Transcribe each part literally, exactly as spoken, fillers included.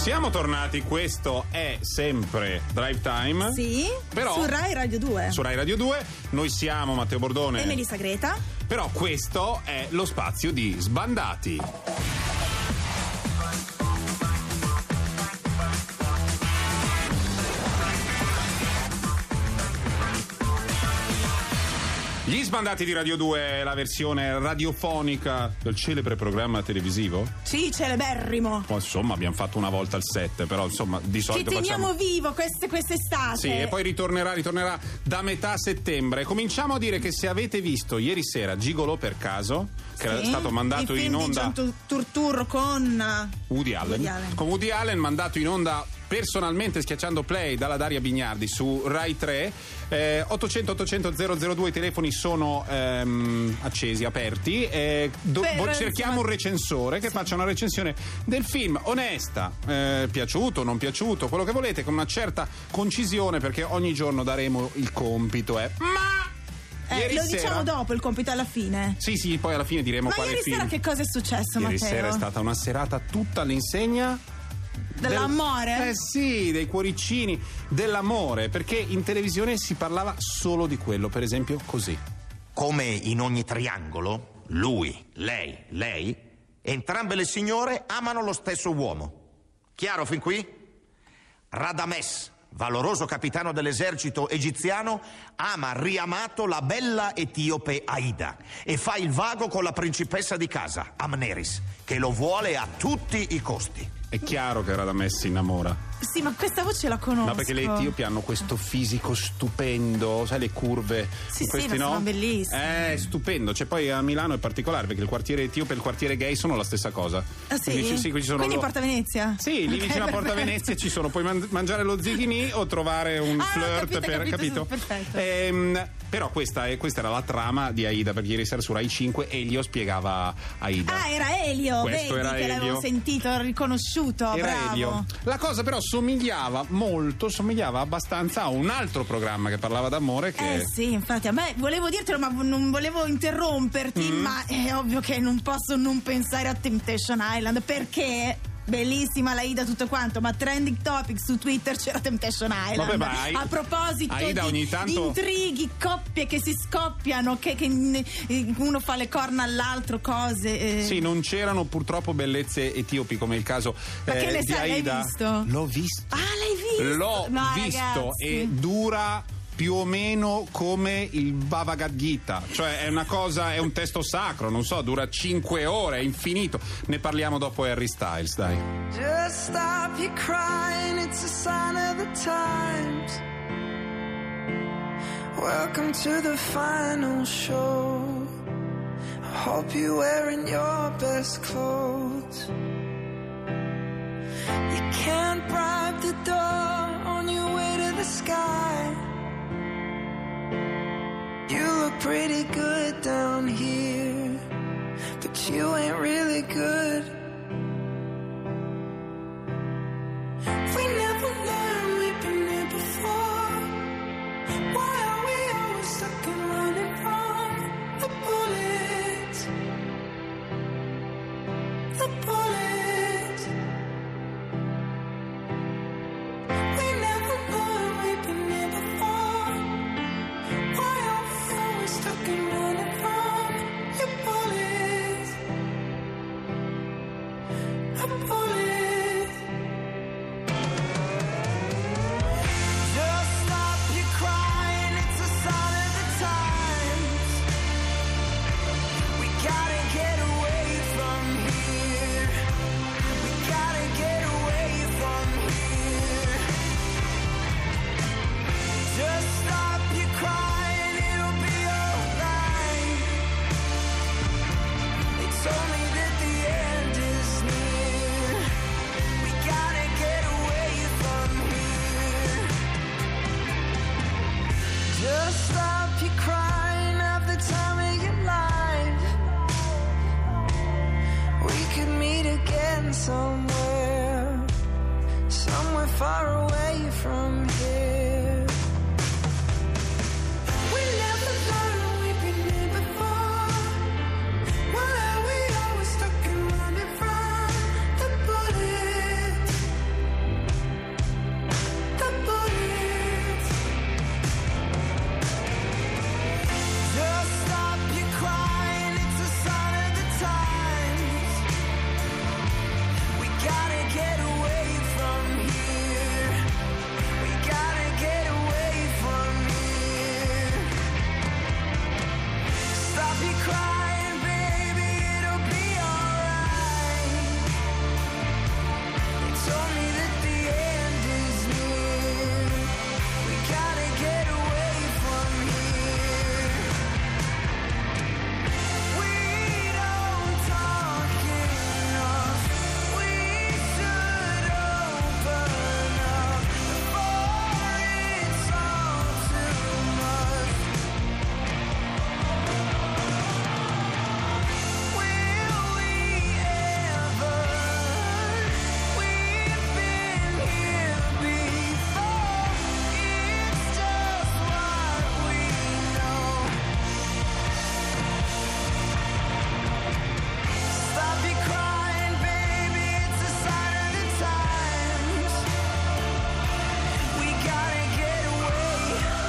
Siamo tornati, questo è sempre Drive Time. Sì, però su Rai Radio due. Su Rai Radio due, noi siamo Matteo Bordone e Melissa Greta. Però questo è lo spazio di Sbandati. Gli Sbandati di Radio due, la versione radiofonica del celebre programma televisivo? Sì, celeberrimo. Oh, insomma, abbiamo fatto una volta il set, però insomma, di solito che teniamo facciamo... vivo queste, quest'estate. Sì, e poi ritornerà, ritornerà da metà settembre. Cominciamo a dire che se avete visto ieri sera Gigolò per caso, che sì, era stato mandato in onda... Il film di John Turturro con... Woody Allen. Woody Allen. Con Woody Allen, mandato in onda... personalmente schiacciando play dalla Daria Bignardi su Rai tre. eh, ottocento ottocento zero zero due, i telefoni sono ehm, accesi, aperti. eh, do, per, cerchiamo un recensore che sì. faccia una recensione del film onesta, eh, piaciuto, non piaciuto, quello che volete, con una certa concisione, perché ogni giorno daremo il compito eh. ma Eh, ieri lo sera... diciamo dopo il compito alla fine. Sì, sì, poi alla fine diremo ma quale ieri film. sera che cosa è successo, ieri Matteo? Sera è stata una serata tutta all'insegna dell'amore? Del, eh sì, dei cuoricini, dell'amore, perché in televisione si parlava solo di quello, per esempio così. Come in ogni triangolo, lui, lei, lei, entrambe le signore amano lo stesso uomo. Chiaro fin qui? Radames, valoroso capitano dell'esercito egiziano, ama riamato la bella etiope Aida e fa il vago con la principessa di casa, Amneris, che lo vuole a tutti i costi. È chiaro che Radames si innamora. Sì, ma questa voce la conosco. No, perché le etiopi hanno questo fisico stupendo, sai, le curve. Sì, questi, sì, no? sono bellissime. È stupendo. Cioè, poi a Milano è particolare perché il quartiere etiope e il quartiere gay sono la stessa cosa. Ah, sì? Quindi, sì, quindi, quindi lo... Porta Venezia? Sì, lì okay, vicino a Porta perfetto. Venezia ci sono. Puoi man- mangiare lo zighinì o trovare un ah, flirt capito, per. capito, capito? Perfetto. Ehm, però questa, è, questa era la trama di Aida, perché ieri sera su Rai cinque Elio spiegava Aida. Ah, era Elio, Questo vedi era che Elio. l'avevo sentito, riconosciuto, Era bravo. Elio. La cosa però somigliava molto, somigliava abbastanza a un altro programma che parlava d'amore che... Eh sì, infatti, a me volevo dirtelo, ma non volevo interromperti, Mm. ma è ovvio che non posso non pensare a Temptation Island, perché... bellissima la Aida, tutto quanto, ma trending topic su Twitter c'era Temptation Island. Vabbè, ma Aida, a proposito Aida di, ogni tanto... di intrighi, coppie che si scoppiano, che, che uno fa le corna all'altro, cose. Eh. Sì, non c'erano purtroppo bellezze etiopi come il caso ma che eh, ne di sai, Aida. l'hai visto? L'ho visto. Ah, l'hai visto? L'ho no, visto ragazzi. e dura più o meno come il Bhagavad Gita, cioè è una cosa, è un testo sacro, non so, dura cinque ore, è infinito. Ne parliamo dopo Harry Styles, dai. Just stop your crying, it's a sign of the times. Welcome to the final show. I hope you're wearing your best clothes. You can't bribe the door on your way to the sky. You look pretty good down here, but you ain't really good. We never learned, we've been here before. Why are we always stuck and running from the bullets? The bullets. We never learned, we've been here before. Why are we always stuck and running from your bullets? you crying, baby, it'll be alright. They told me that the end is near. We gotta get away from here. We don't talk enough. We should open up before it's all too much. Will we ever? We've been here before. It's just what we know. Stop your crying, baby, it's a sign of the times. We gotta get away.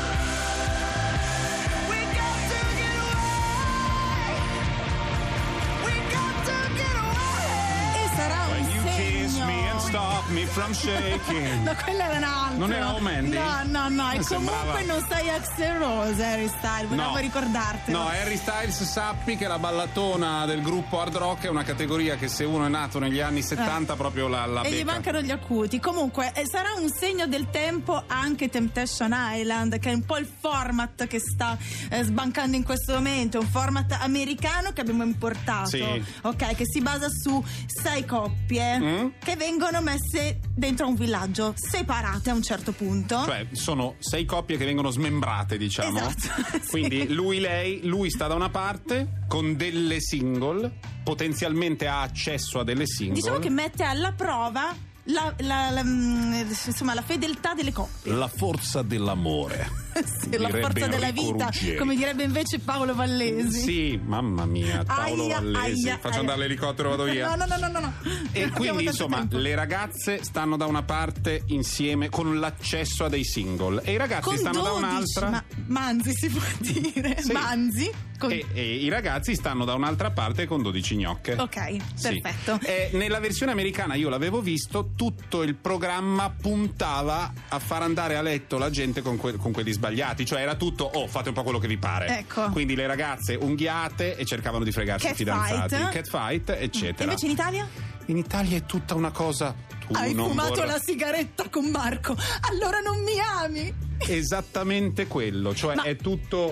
We got to get away. We got to get away. E sarà un When you kiss segno. me and stop me from shaking. No, quello era un altro. Non era Mandy? No, no, no. E Mi comunque sembrava- non sei Axl Rose, Harry Styles. Volevo No. ricordartelo. No, Harry Styles, sappi che la ballatona del gruppo hard rock è una categoria che se uno è nato negli anni settanta proprio la, la E gli becca. mancano gli acuti. Comunque eh, sarà un segno del tempo anche Temptation Island, che è un po' il format che sta eh, sbancando in questo momento. È un format americano che abbiamo importato, Sì. ok, che si basa su sei coppie Mm. che vengono messe dentro un villaggio, separate a un certo punto. Cioè, sono sei coppie che vengono smembrate, diciamo. Esatto, sì. Quindi lui, lei, lui sta da una parte con delle single, potenzialmente ha accesso a delle single. Diciamo che mette alla prova la, la- la- mm, insomma, la fedeltà delle coppie. La forza dell'amore. Sì, la direbbe forza della Enrico vita, Ruggeri. come direbbe invece Paolo Vallesi. Sì, mamma mia, Paolo Aia, Vallesi. aia, Faccio aia. andare l'elicottero, vado via. No, no, no, no, no, no. E Non abbiamo quindi tanto insomma tempo. le ragazze stanno da una parte insieme con l'accesso a dei single e i ragazzi Con stanno da dodici, un'altra ma- manzi si può dire. Sì. Manzi. Con- e, e i ragazzi stanno da un'altra parte con dodici gnocche. Ok, Sì. perfetto. Eh, nella versione americana io l'avevo visto, tutto il programma puntava a far andare a letto la gente con, que- con quelli sbagliati, cioè era tutto, oh, fate un po' quello che vi pare. Ecco. Quindi le ragazze unghiate e cercavano di fregarsi i Cat fidanzati, fight. cat fight, E eccetera. invece in Italia? In Italia è tutta una cosa. Tu Hai non fumato vorrai- la sigaretta con Marco, allora non mi ami. Esattamente quello, cioè Ma- è tutto.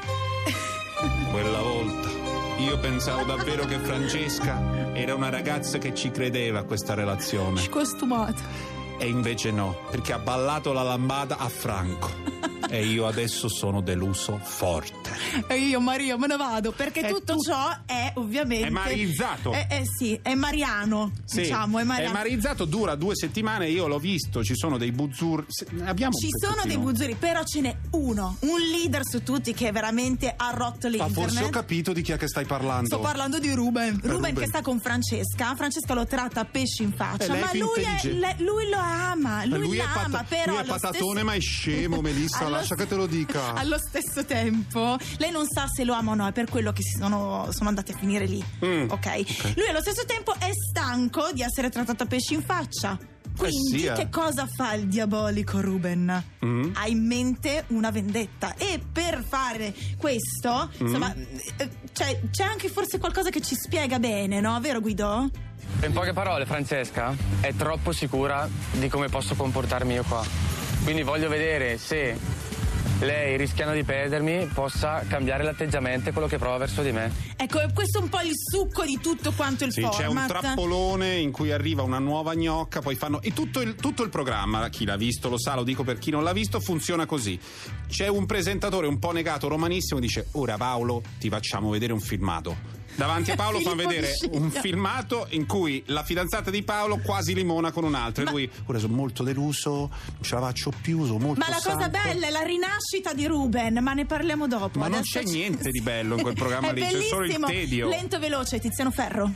Quella volta io pensavo davvero che Francesca era una ragazza che ci credeva a questa relazione. Costumata. E invece no, perché ha ballato la lambada a Franco. E io adesso sono deluso forte. E io, Maria, me ne vado. Perché È tutto tu- ciò è ovviamente. È marizzato. Eh, eh, sì, è mariano. Sì, diciamo, è mariano. marizzato, dura due settimane, io l'ho visto, ci sono dei buzzur. se- Abbiamo Ci un sono dei pezzettino? buzzuri, però ce n'è uno, un leader su tutti che veramente ha rotto Ah, l'internet. forse ho capito di chi è che stai parlando. Sto parlando di Ruben. Ruben, Ruben. che sta con Francesca. Francesca lo tratta a pesci in faccia, E lei è ma più lui, è, intelligente. le- lui lo ama. Lui, lui è l'ama, pata- però. lui è allo patatone, stesso- ma è scemo, Melissa, Allo lascia st- che te lo dica. Allo stesso tempo, lei non sa se lo ama o no, è per quello che si sono, sono andati a finire lì. Mm. ok? Lui allo stesso tempo è stanco di essere trattato a pesci in faccia. Quindi sì, eh. che cosa fa il diabolico Ruben? Mm. Ha in mente una vendetta e per fare questo, Mm. insomma, eh, cioè, c'è anche forse qualcosa che ci spiega bene, no? Vero Guido? In poche parole, Francesca è troppo sicura di come posso comportarmi io qua. Quindi voglio vedere se lei, rischiando di perdermi, possa cambiare l'atteggiamento e quello che prova verso di me. Ecco, questo è un po' il succo di tutto quanto il Sì, format. c'è un trappolone in cui arriva una nuova gnocca, poi fanno. E tutto il, tutto il programma, chi l'ha visto lo sa, lo dico per chi non l'ha visto, funziona così. C'è un presentatore un po' negato, romanissimo, che dice: ora Paolo, ti facciamo vedere un filmato. Davanti a Paolo fanno Filippo vedere Pisciglia. un filmato in cui la fidanzata di Paolo quasi limona con un altro. Ma- E lui, ora sono molto deluso, non ce la faccio più, sono molto Ma la cosa stanco." bella è la rinascita di Ruben, ma ne parliamo dopo. Ma non Adesso c'è ci- niente di bello in quel programma È lì, c'è solo il bellissimo. tedio. Lento veloce, Tiziano Ferro.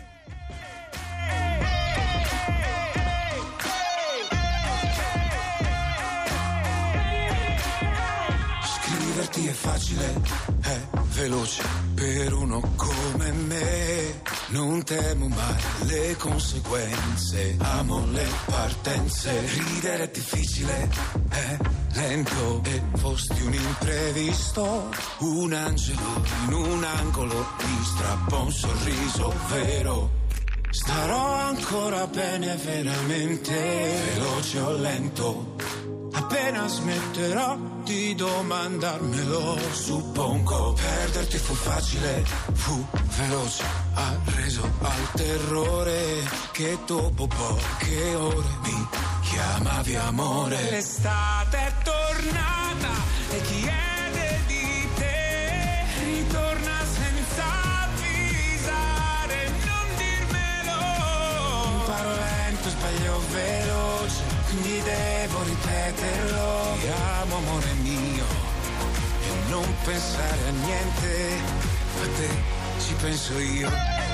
Scriverti è facile, è veloce per uno come me. Non temo mai le conseguenze, amo le partenze. Ridere è difficile, è lento, e fosti un imprevisto, un angelo in un angolo mi strappa un sorriso vero. Starò ancora bene veramente, veloce o lento, appena smetterò di domandarmelo. Suppongo perderti fu facile, fu veloce, ha reso al terrore che dopo poche ore mi chiamavi amore. L'estate è tornata e chiede di te, ritorna senza avvisare, non dirmelo. Imparo lento, sbaglio veloce, quindi devo ripeterlo. Ti amo amore mio e non pensare a niente, a te ci penso io.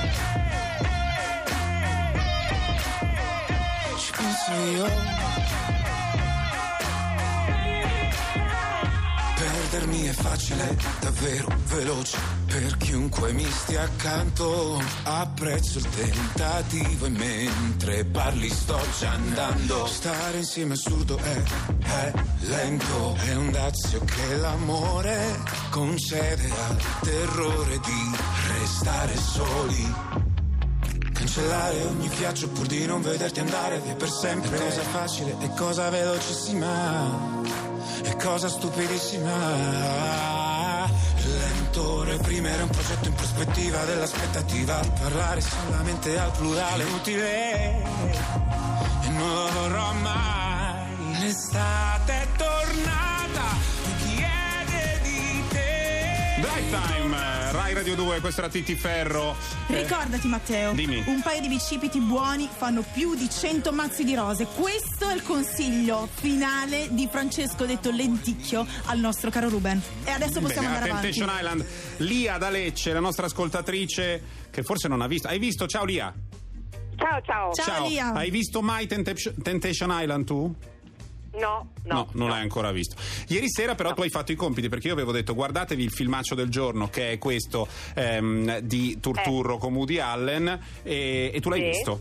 Ci penso io. Perdermi è facile, davvero veloce, per chiunque mi stia accanto. Apprezzo il tentativo e mentre parli sto già andando. Stare insieme è assurdo, è, è lento, è un dazio che l'amore concede al terrore di restare soli. Cancellare ogni viaggio pur di non vederti andare via per sempre. È cosa facile, è cosa velocissima, è cosa stupidissima. Lento, reprimere un progetto in prospettiva dell'aspettativa, parlare solamente al plurale inutile e non lo vorrò mai. L'estate è tornata e chiede di te. Drive Time, Rai Radio due, questo era Titti Ferro. Ricordati Matteo, Dimmi. un paio di bicipiti buoni fanno più di cento mazzi di rose. Questo è il consiglio finale di Francesco detto Lenticchio al nostro caro Ruben. E adesso possiamo Bene, andare avanti. Temptation Island, Lia da Lecce, la nostra ascoltatrice che forse non ha visto. Hai visto? Ciao Lia. Ciao, ciao. Ciao, Lia. Hai visto mai Temptation Temptation Island tu? No, no. No, non no. l'hai ancora visto. Ieri sera però No. tu hai fatto i compiti, perché io avevo detto guardatevi il filmaccio del giorno che è questo ehm, di Turturro Eh. con Woody Allen e, e tu l'hai Sì. visto.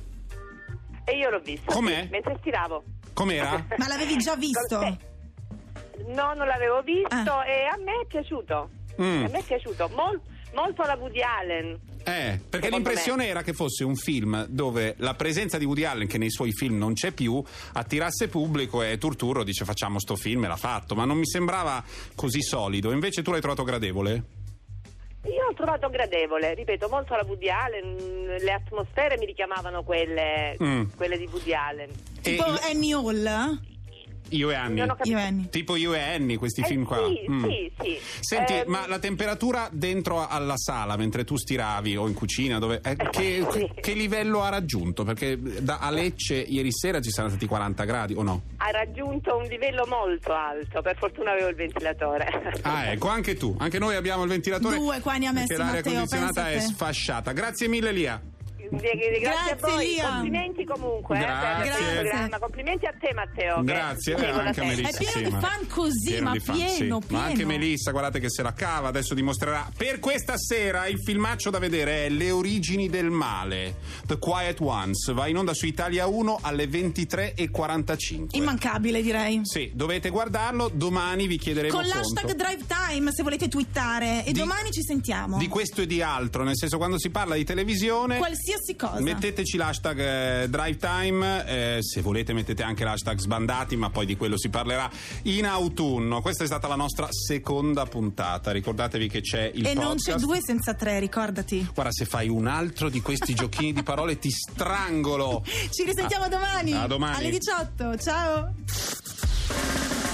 E io l'ho visto. Com'è? Sì, mentre stiravo. Com'era? Ma l'avevi già visto? Sì. No, non l'avevo visto Ah. e a me è piaciuto. Mm. A me è piaciuto Mol- molto la Woody Allen. Eh, perché Secondo l'impressione me. era che fosse un film dove la presenza di Woody Allen, che nei suoi film non c'è più, attirasse pubblico e Turturro dice facciamo sto film e l'ha fatto, ma non mi sembrava così solido. Invece tu l'hai trovato gradevole? Io ho trovato gradevole, ripeto, molto la Woody Allen. Le atmosfere mi richiamavano quelle, Mm. quelle di Woody Allen. Tipo E- Annie Hall? Io e Annie. Non ho capito. Io e Annie. Tipo Io e Annie, questi Eh, film qua. sì, Mm. sì, sì. Senti, Ehm, ma la temperatura dentro alla sala mentre tu stiravi o in cucina, dove, eh, che, Sì. che livello ha raggiunto? Perché da, a Lecce ieri sera ci saranno stati quaranta gradi o no? Ha raggiunto un livello molto alto, per fortà avevo il ventilatore. Ah, ecco, anche tu, anche noi abbiamo il ventilatore. Due qua ne ha messi, perché l'aria Matteo, condizionata è pensa te. sfasciata. Grazie mille Lia. Grazie, Grazie, a voi, Lia. complimenti comunque eh, Grazie. per il programma. Complimenti a te Matteo. che Grazie, ti seguo da anche a sempre. Melissa. È pieno sì, di ma- fan così, pieno ma di fan, pieno, sì. pieno. Ma anche Melissa, guardate che se la cava, adesso dimostrerà. Per questa sera il filmaccio da vedere è Le origini del male, The Quiet Ones, va in onda su Italia uno alle ventitré e quarantacinque. Immancabile, direi. Sì, dovete guardarlo, domani vi chiederemo Con conto. l'hashtag Drive Time se volete twittare. E Di- domani ci sentiamo. Di questo e di altro, nel senso quando si parla di televisione Qualsiasi cosa. metteteci l'hashtag eh, Drive Time, eh, se volete mettete anche l'hashtag Sbandati, ma poi di quello si parlerà in autunno. Questa è stata la nostra seconda puntata, ricordatevi che c'è il E podcast. non c'è due senza tre, ricordati. Guarda, se fai un altro di questi giochini di parole ti strangolo. Ci risentiamo A- domani. a domani. Alle diciotto. Ciao.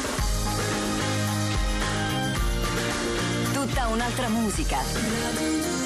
Tutta un'altra musica.